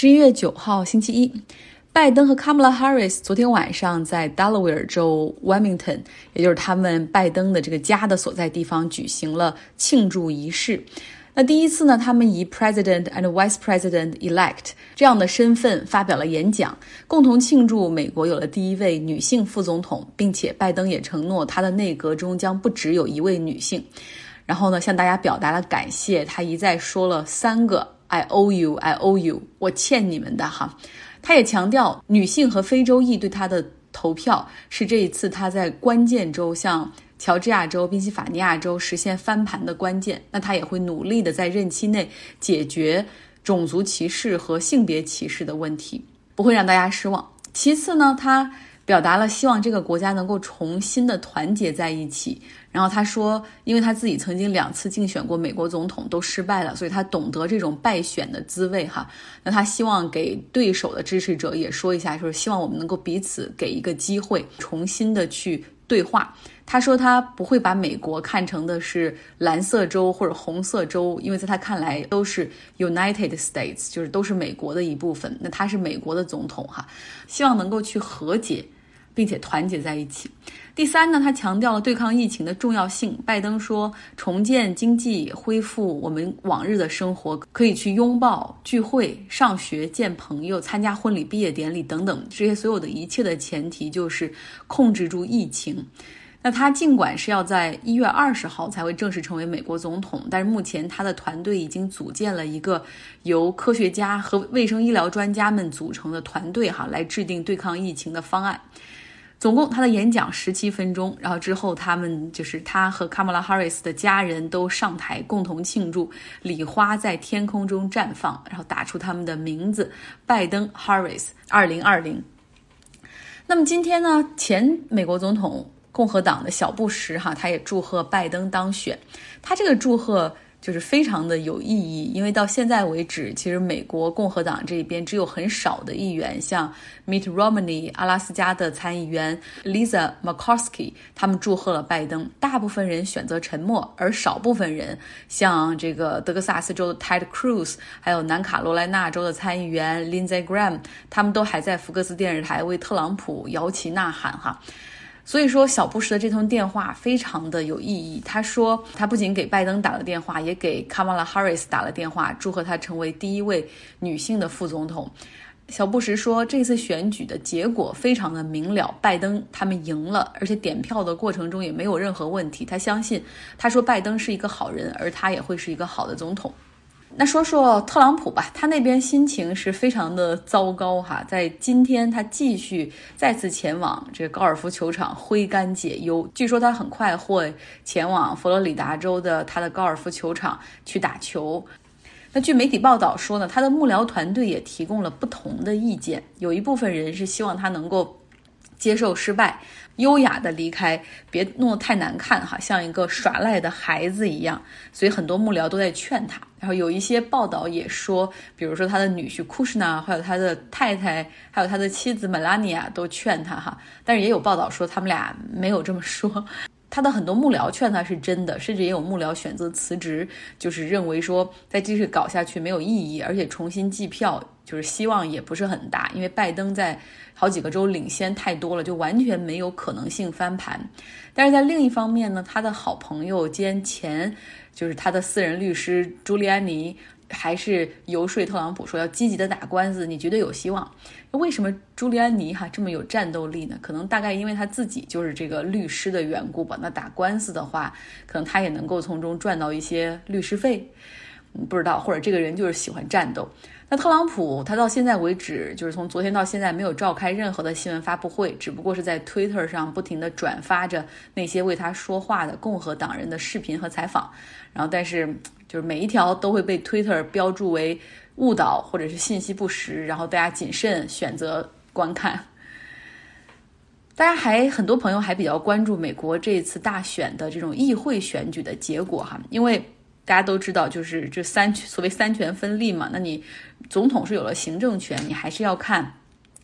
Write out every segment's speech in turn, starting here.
11月9号星期一，拜登和 Kamala Harris 昨天晚上在 Delaware 州 Wilmington， 也就是他们拜登的这个家的所在地方举行了庆祝仪式。那第一次呢，他们以 President and Vice President Elect 这样的身份发表了演讲，共同庆祝美国有了第一位女性副总统，并且拜登也承诺他的内阁中将不只有一位女性。然后呢，向大家表达了感谢，他一再说了3个 I owe you, I owe you， 我欠你们的哈。他也强调女性和非洲裔对他的投票是这一次他在关键州像乔治亚州、宾夕法尼亚州实现翻盘的关键。那他也会努力的在任期内解决种族歧视和性别歧视的问题，不会让大家失望。其次呢，他表达了希望这个国家能够重新的团结在一起。然后他说，因为他自己曾经2次竞选过美国总统都失败了，所以他懂得这种败选的滋味哈。那他希望给对手的支持者也说一下，就是希望我们能够彼此给一个机会，重新的去对话。他说他不会把美国看成的是蓝色州或者红色州，因为在他看来都是 United States， 就是都是美国的一部分。那他是美国的总统哈，希望能够去和解并且团结在一起。第三呢，他强调了对抗疫情的重要性。拜登说，重建经济、恢复我们往日的生活，可以去拥抱、聚会、上学、见朋友、参加婚礼、毕业典礼等等，这些所有的一切的前提就是控制住疫情。那他尽管是要在1月20号才会正式成为美国总统，但是目前他的团队已经组建了一个由科学家和卫生医疗专家们组成的团队来制定对抗疫情的方案。总共他的演讲17分钟，然后之后他和 Kamala Harris 的家人都上台共同庆祝，礼花在天空中绽放，然后打出他们的名字拜登 Harris 2020。那么今天呢，前美国总统共和党的小布什他也祝贺拜登当选。他这个祝贺就是非常的有意义，因为到现在为止，其实美国共和党这边只有很少的议员，像 Mitt Romney 阿拉斯加的参议员 Lisa Murkowski 他们祝贺了拜登，大部分人选择沉默，而少部分人像这个德克萨斯州的 Ted Cruz 还有南卡罗来纳州的参议员 Lindsey Graham 他们都还在福克斯电视台为特朗普摇旗呐喊哈。所以说小布什的这通电话非常的有意义。他说他不仅给拜登打了电话，也给 Kamala Harris 打了电话，祝贺他成为第一位女性的副总统。小布什说，这次选举的结果非常的明了，拜登他们赢了，而且点票的过程中也没有任何问题。他相信，他说拜登是一个好人，而他也会是一个好的总统。那说说特朗普吧，他那边心情是非常的糟糕哈。在今天他继续再次前往这个高尔夫球场挥杆解忧，据说他很快会前往佛罗里达州的他的高尔夫球场去打球。那据媒体报道说呢，他的幕僚团队也提供了不同的意见，有一部分人是希望他能够接受失败，优雅的离开，别弄得太难看哈，像一个耍赖的孩子一样。所以很多幕僚都在劝他。然后有一些报道也说，比如说他的女婿库什纳，还有他的太太，还有他的妻子 Melania 都劝他哈。但是也有报道说他们俩没有这么说。他的很多幕僚劝他是真的，甚至也有幕僚选择辞职，就是认为说再继续搞下去没有意义，而且重新计票就是希望也不是很大，因为拜登在好几个州领先太多了，就完全没有可能性翻盘。但是在另一方面呢，他的好朋友兼就是他的私人律师朱利安尼还是游说特朗普说要积极的打官司，你觉得有希望。为什么朱利安尼这么有战斗力呢？可能大概因为他自己就是这个律师的缘故吧。那打官司的话，可能他也能够从中赚到一些律师费，不知道，或者这个人就是喜欢战斗。那特朗普他到现在为止，就是从昨天到现在没有召开任何的新闻发布会，只不过是在 Twitter 上不停地转发着那些为他说话的共和党人的视频和采访。然后但是就是每一条都会被 Twitter 标注为误导或者是信息不实，然后大家谨慎选择观看。大家很多朋友还比较关注美国这一次大选的这种议会选举的结果哈，因为大家都知道就是所谓三权分立嘛，那你总统是有了行政权，你还是要看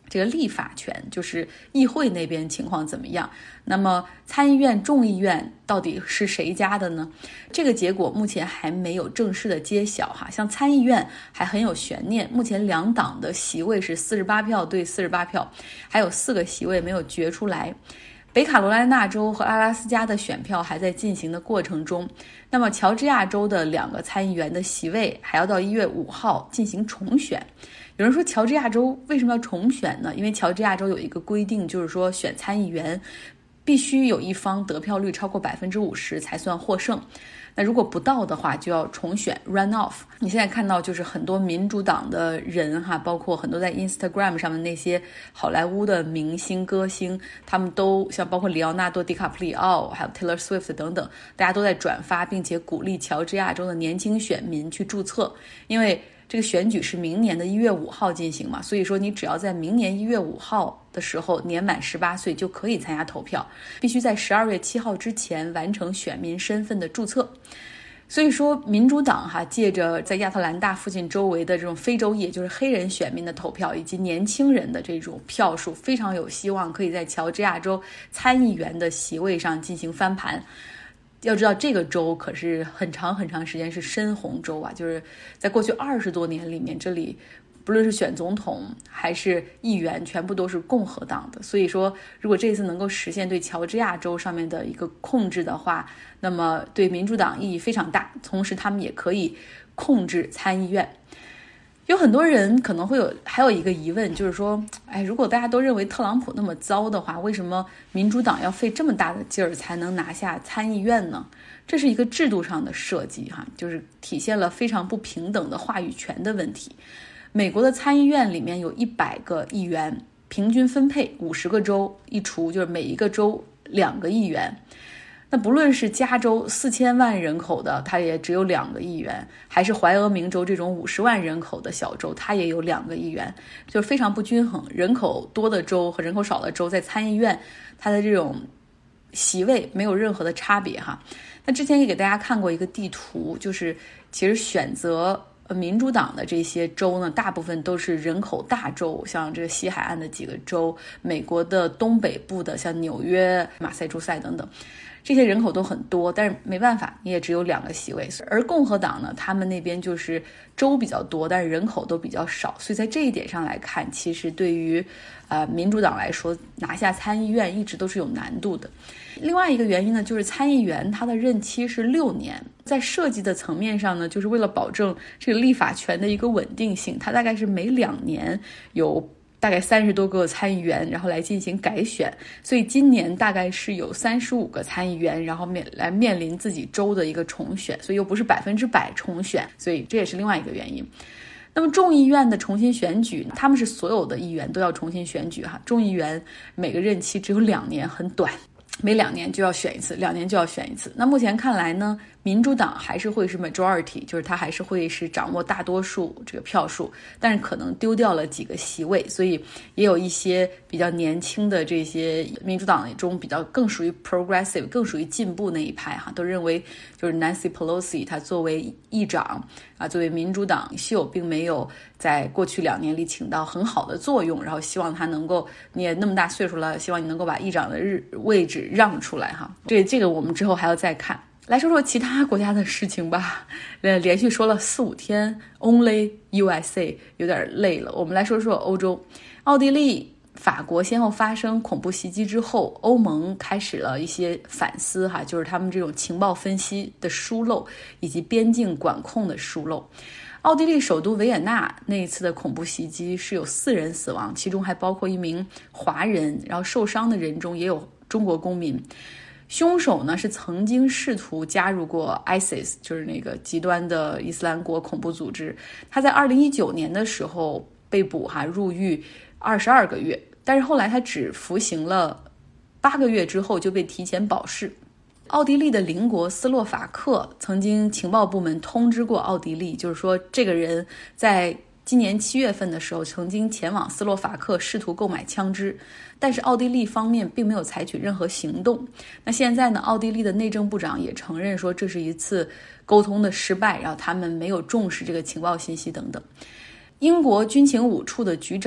这个立法权，就是议会那边情况怎么样？那么参议院、众议院到底是谁家的呢？这个结果目前还没有正式的揭晓哈。像参议院还很有悬念，目前两党的席位是48票对48票，还有4个席位没有决出来。北卡罗来纳州和阿拉斯加的选票还在进行的过程中，那么乔治亚州的2个参议员的席位还要到1月5号进行重选。有人说乔治亚州为什么要重选呢？因为乔治亚州有一个规定，就是说选参议员必须有一方得票率超过50%才算获胜。那如果不到的话，就要重选 run off。你现在看到就是很多民主党的人哈，包括很多在 Instagram 上的那些好莱坞的明星歌星，他们都像包括里奥纳多·迪卡普里奥，还有 Taylor Swift 等等，大家都在转发，并且鼓励乔治亚州的年轻选民去注册，因为这个选举是明年的1月5号进行嘛，所以说你只要在明年1月5号的时候年满18岁就可以参加投票，必须在12月7号之前完成选民身份的注册。所以说民主党借着在亚特兰大附近周围的这种非洲裔，也就是黑人选民的投票以及年轻人的这种票数，非常有希望可以在乔治亚州参议员的席位上进行翻盘。要知道这个州可是很长时间是深红州啊，就是在过去20多年里面，这里不论是选总统还是议员全部都是共和党的，所以说如果这次能够实现对乔治亚州上面的一个控制的话，那么对民主党意义非常大，同时他们也可以控制参议院。有很多人可能还有一个疑问，就是说如果大家都认为特朗普那么糟的话，为什么民主党要费这么大的劲儿才能拿下参议院呢？这是一个制度上的设计就是体现了非常不平等的话语权的问题。美国的参议院里面有100个议员，平均分配50个州一除，就是每一个州2个议员。那不论是加州4000万人口的，它也只有2个议员，还是怀俄明州这种50万人口的小州，它也有2个议员，就是非常不均衡。人口多的州和人口少的州在参议院，它的这种席位没有任何的差别那之前也给大家看过一个地图，就是其实选择民主党的这些州呢，大部分都是人口大州，像这个西海岸的几个州，美国的东北部的像纽约、马赛诸塞等等，这些人口都很多，但是没办法，你也只有2个席位。而共和党呢，他们那边就是州比较多，但是人口都比较少，所以在这一点上来看，其实对于民主党来说，拿下参议院一直都是有难度的。另外一个原因呢，就是参议员他的任期是6年，在设计的层面上呢，就是为了保证这个立法权的一个稳定性，它大概是每2年有大概30多个参议员，然后来进行改选，所以今年大概是有35个参议员，然后面临自己州的一个重选，所以又不是100%重选，所以这也是另外一个原因。那么众议院的重新选举，他们是所有的议员都要重新选举众议员每个任期只有2年，很短，每2年就要选一次，2年就要选一次。那目前看来呢，民主党还是会是 majority， 就是他还是会是掌握大多数这个票数，但是可能丢掉了几个席位，所以也有一些比较年轻的这些民主党中比较更属于 progressive， 更属于进步那一派都认为就是 Nancy Pelosi 他作为议长作为民主党秀，并没有在过去2年里起到很好的作用，然后希望他能够，你也那么大岁数了，希望你能够把议长的位置让出来这个我们之后还要再看。来说说其他国家的事情吧，连续说了4-5天 Only USA 有点累了。我们来说说欧洲，奥地利、法国先后发生恐怖袭击之后，欧盟开始了一些反思就是他们这种情报分析的疏漏以及边境管控的疏漏。奥地利首都维也纳那一次的恐怖袭击是有4人死亡，其中还包括1名华人，然后受伤的人中也有中国公民。凶手呢是曾经试图加入过 ISIS， 就是那个极端的伊斯兰国恐怖组织。他在2019年的时候被捕入狱22个月，但是后来他只服刑了8个月之后就被提前保释。奥地利的邻国斯洛伐克曾经情报部门通知过奥地利，就是说这个人在今年7月份的时候曾经前往斯洛伐克试图购买枪支，但是奥地利方面并没有采取任何行动。那现在呢，奥地利的内政部长也承认说这是一次沟通的失败，然后他们没有重视这个情报信息等等。英国军情5处的局长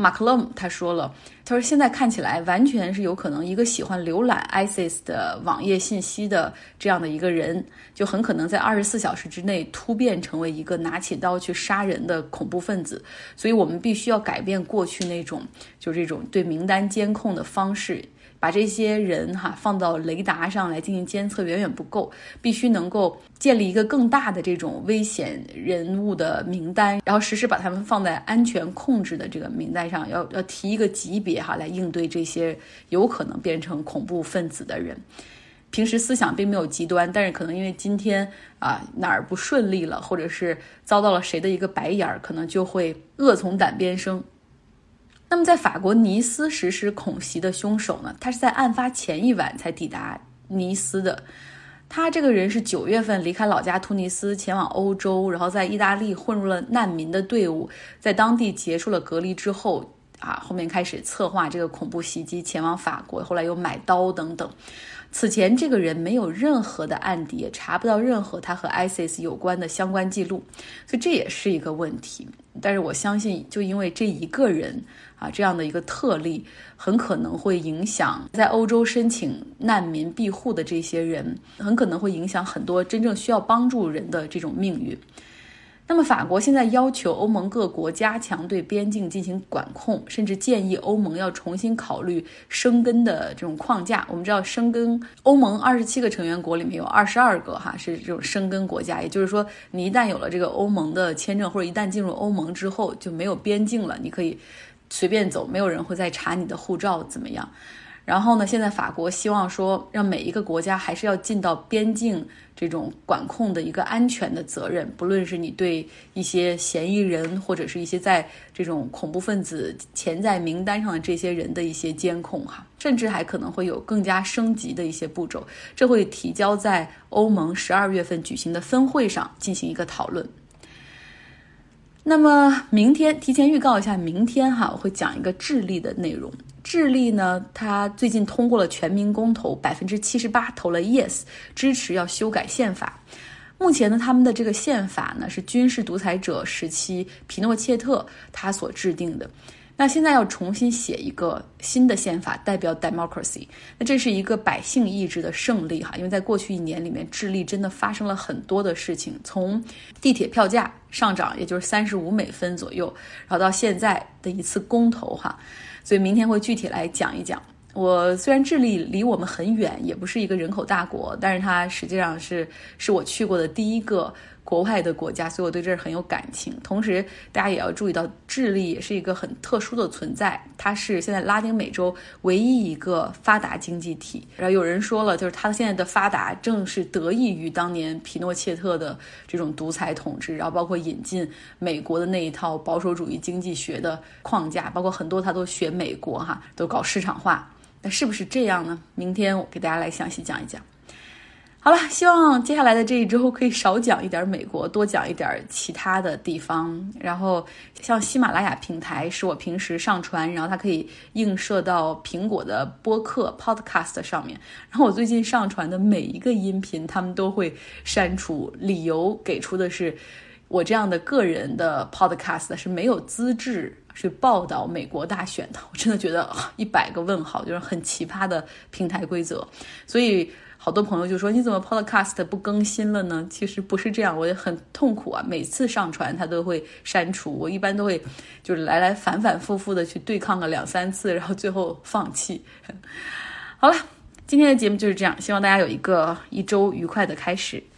马克勒姆他说了，他说现在看起来完全是有可能一个喜欢浏览 ISIS 的网页信息的这样的一个人，就很可能在24小时之内突变成为一个拿起刀去杀人的恐怖分子。所以我们必须要改变过去那种就这种对名单监控的方式，把这些人放到雷达上来进行监测远远不够，必须能够建立一个更大的这种危险人物的名单，然后实时把他们放在安全控制的这个名单上，要提一个级别来应对这些有可能变成恐怖分子的人。平时思想并没有极端，但是可能因为今天哪儿不顺利了，或者是遭到了谁的一个白眼，可能就会恶从胆边生。那么在法国尼斯实施恐袭的凶手呢，他是在案发前一晚才抵达尼斯的。他这个人是9月份离开老家突尼斯前往欧洲，然后在意大利混入了难民的队伍，在当地结束了隔离之后后面开始策划这个恐怖袭击，前往法国，后来又买刀等等。此前这个人没有任何的案底，也查不到任何他和 ISIS 有关的相关记录，所以这也是一个问题。但是我相信就因为这一个人这样的一个特例，很可能会影响在欧洲申请难民庇护的这些人，很可能会影响很多真正需要帮助人的这种命运。那么法国现在要求欧盟各国加强对边境进行管控，甚至建议欧盟要重新考虑申根的这种框架。我们知道申根，欧盟27个成员国里面有22个是这种申根国家，也就是说你一旦有了这个欧盟的签证，或者一旦进入欧盟之后就没有边境了，你可以随便走，没有人会再查你的护照怎么样。然后呢，现在法国希望说让每一个国家还是要尽到边境这种管控的一个安全的责任，不论是你对一些嫌疑人或者是一些在这种恐怖分子潜在名单上的这些人的一些监控甚至还可能会有更加升级的一些步骤，这会提交在欧盟12月份举行的分会上进行一个讨论。那么明天提前预告一下，明天我会讲一个智利的内容。智利呢，它最近通过了全民公投，78%投了 yes， 支持要修改宪法。目前呢，他们的这个宪法呢是军事独裁者时期皮诺切特他所制定的。那现在要重新写一个新的宪法，代表 democracy。那这是一个百姓意志的胜利因为在过去1年里面，智利真的发生了很多的事情，从地铁票价上涨，也就是35美分左右，然后到现在的一次公投所以明天会具体来讲一讲。我虽然智利离我们很远，也不是一个人口大国，但是它实际上是我去过的第一个国外的国家，所以我对这儿很有感情。同时大家也要注意到，智利也是一个很特殊的存在，它是现在拉丁美洲唯一一个发达经济体。然后有人说了，就是它现在的发达正是得益于当年皮诺切特的这种独裁统治，然后包括引进美国的那一套保守主义经济学的框架，包括很多它都学美国都搞市场化。那是不是这样呢？明天我给大家来详细讲一讲。好了，希望接下来的这一周可以少讲一点美国，多讲一点其他的地方。然后像喜马拉雅平台是我平时上传，然后它可以映射到苹果的播客 podcast 上面。然后我最近上传的每一个音频他们都会删除，理由给出的是我这样的个人的 podcast 是没有资质去报道美国大选的。我真的觉得100个问号，就是很奇葩的平台规则。所以好多朋友就说你怎么 podcast 不更新了呢？其实不是这样，我也很痛苦每次上传它都会删除，我一般都会就是来反复复的去对抗个2-3次，然后最后放弃。好了，今天的节目就是这样，希望大家有一周愉快的开始。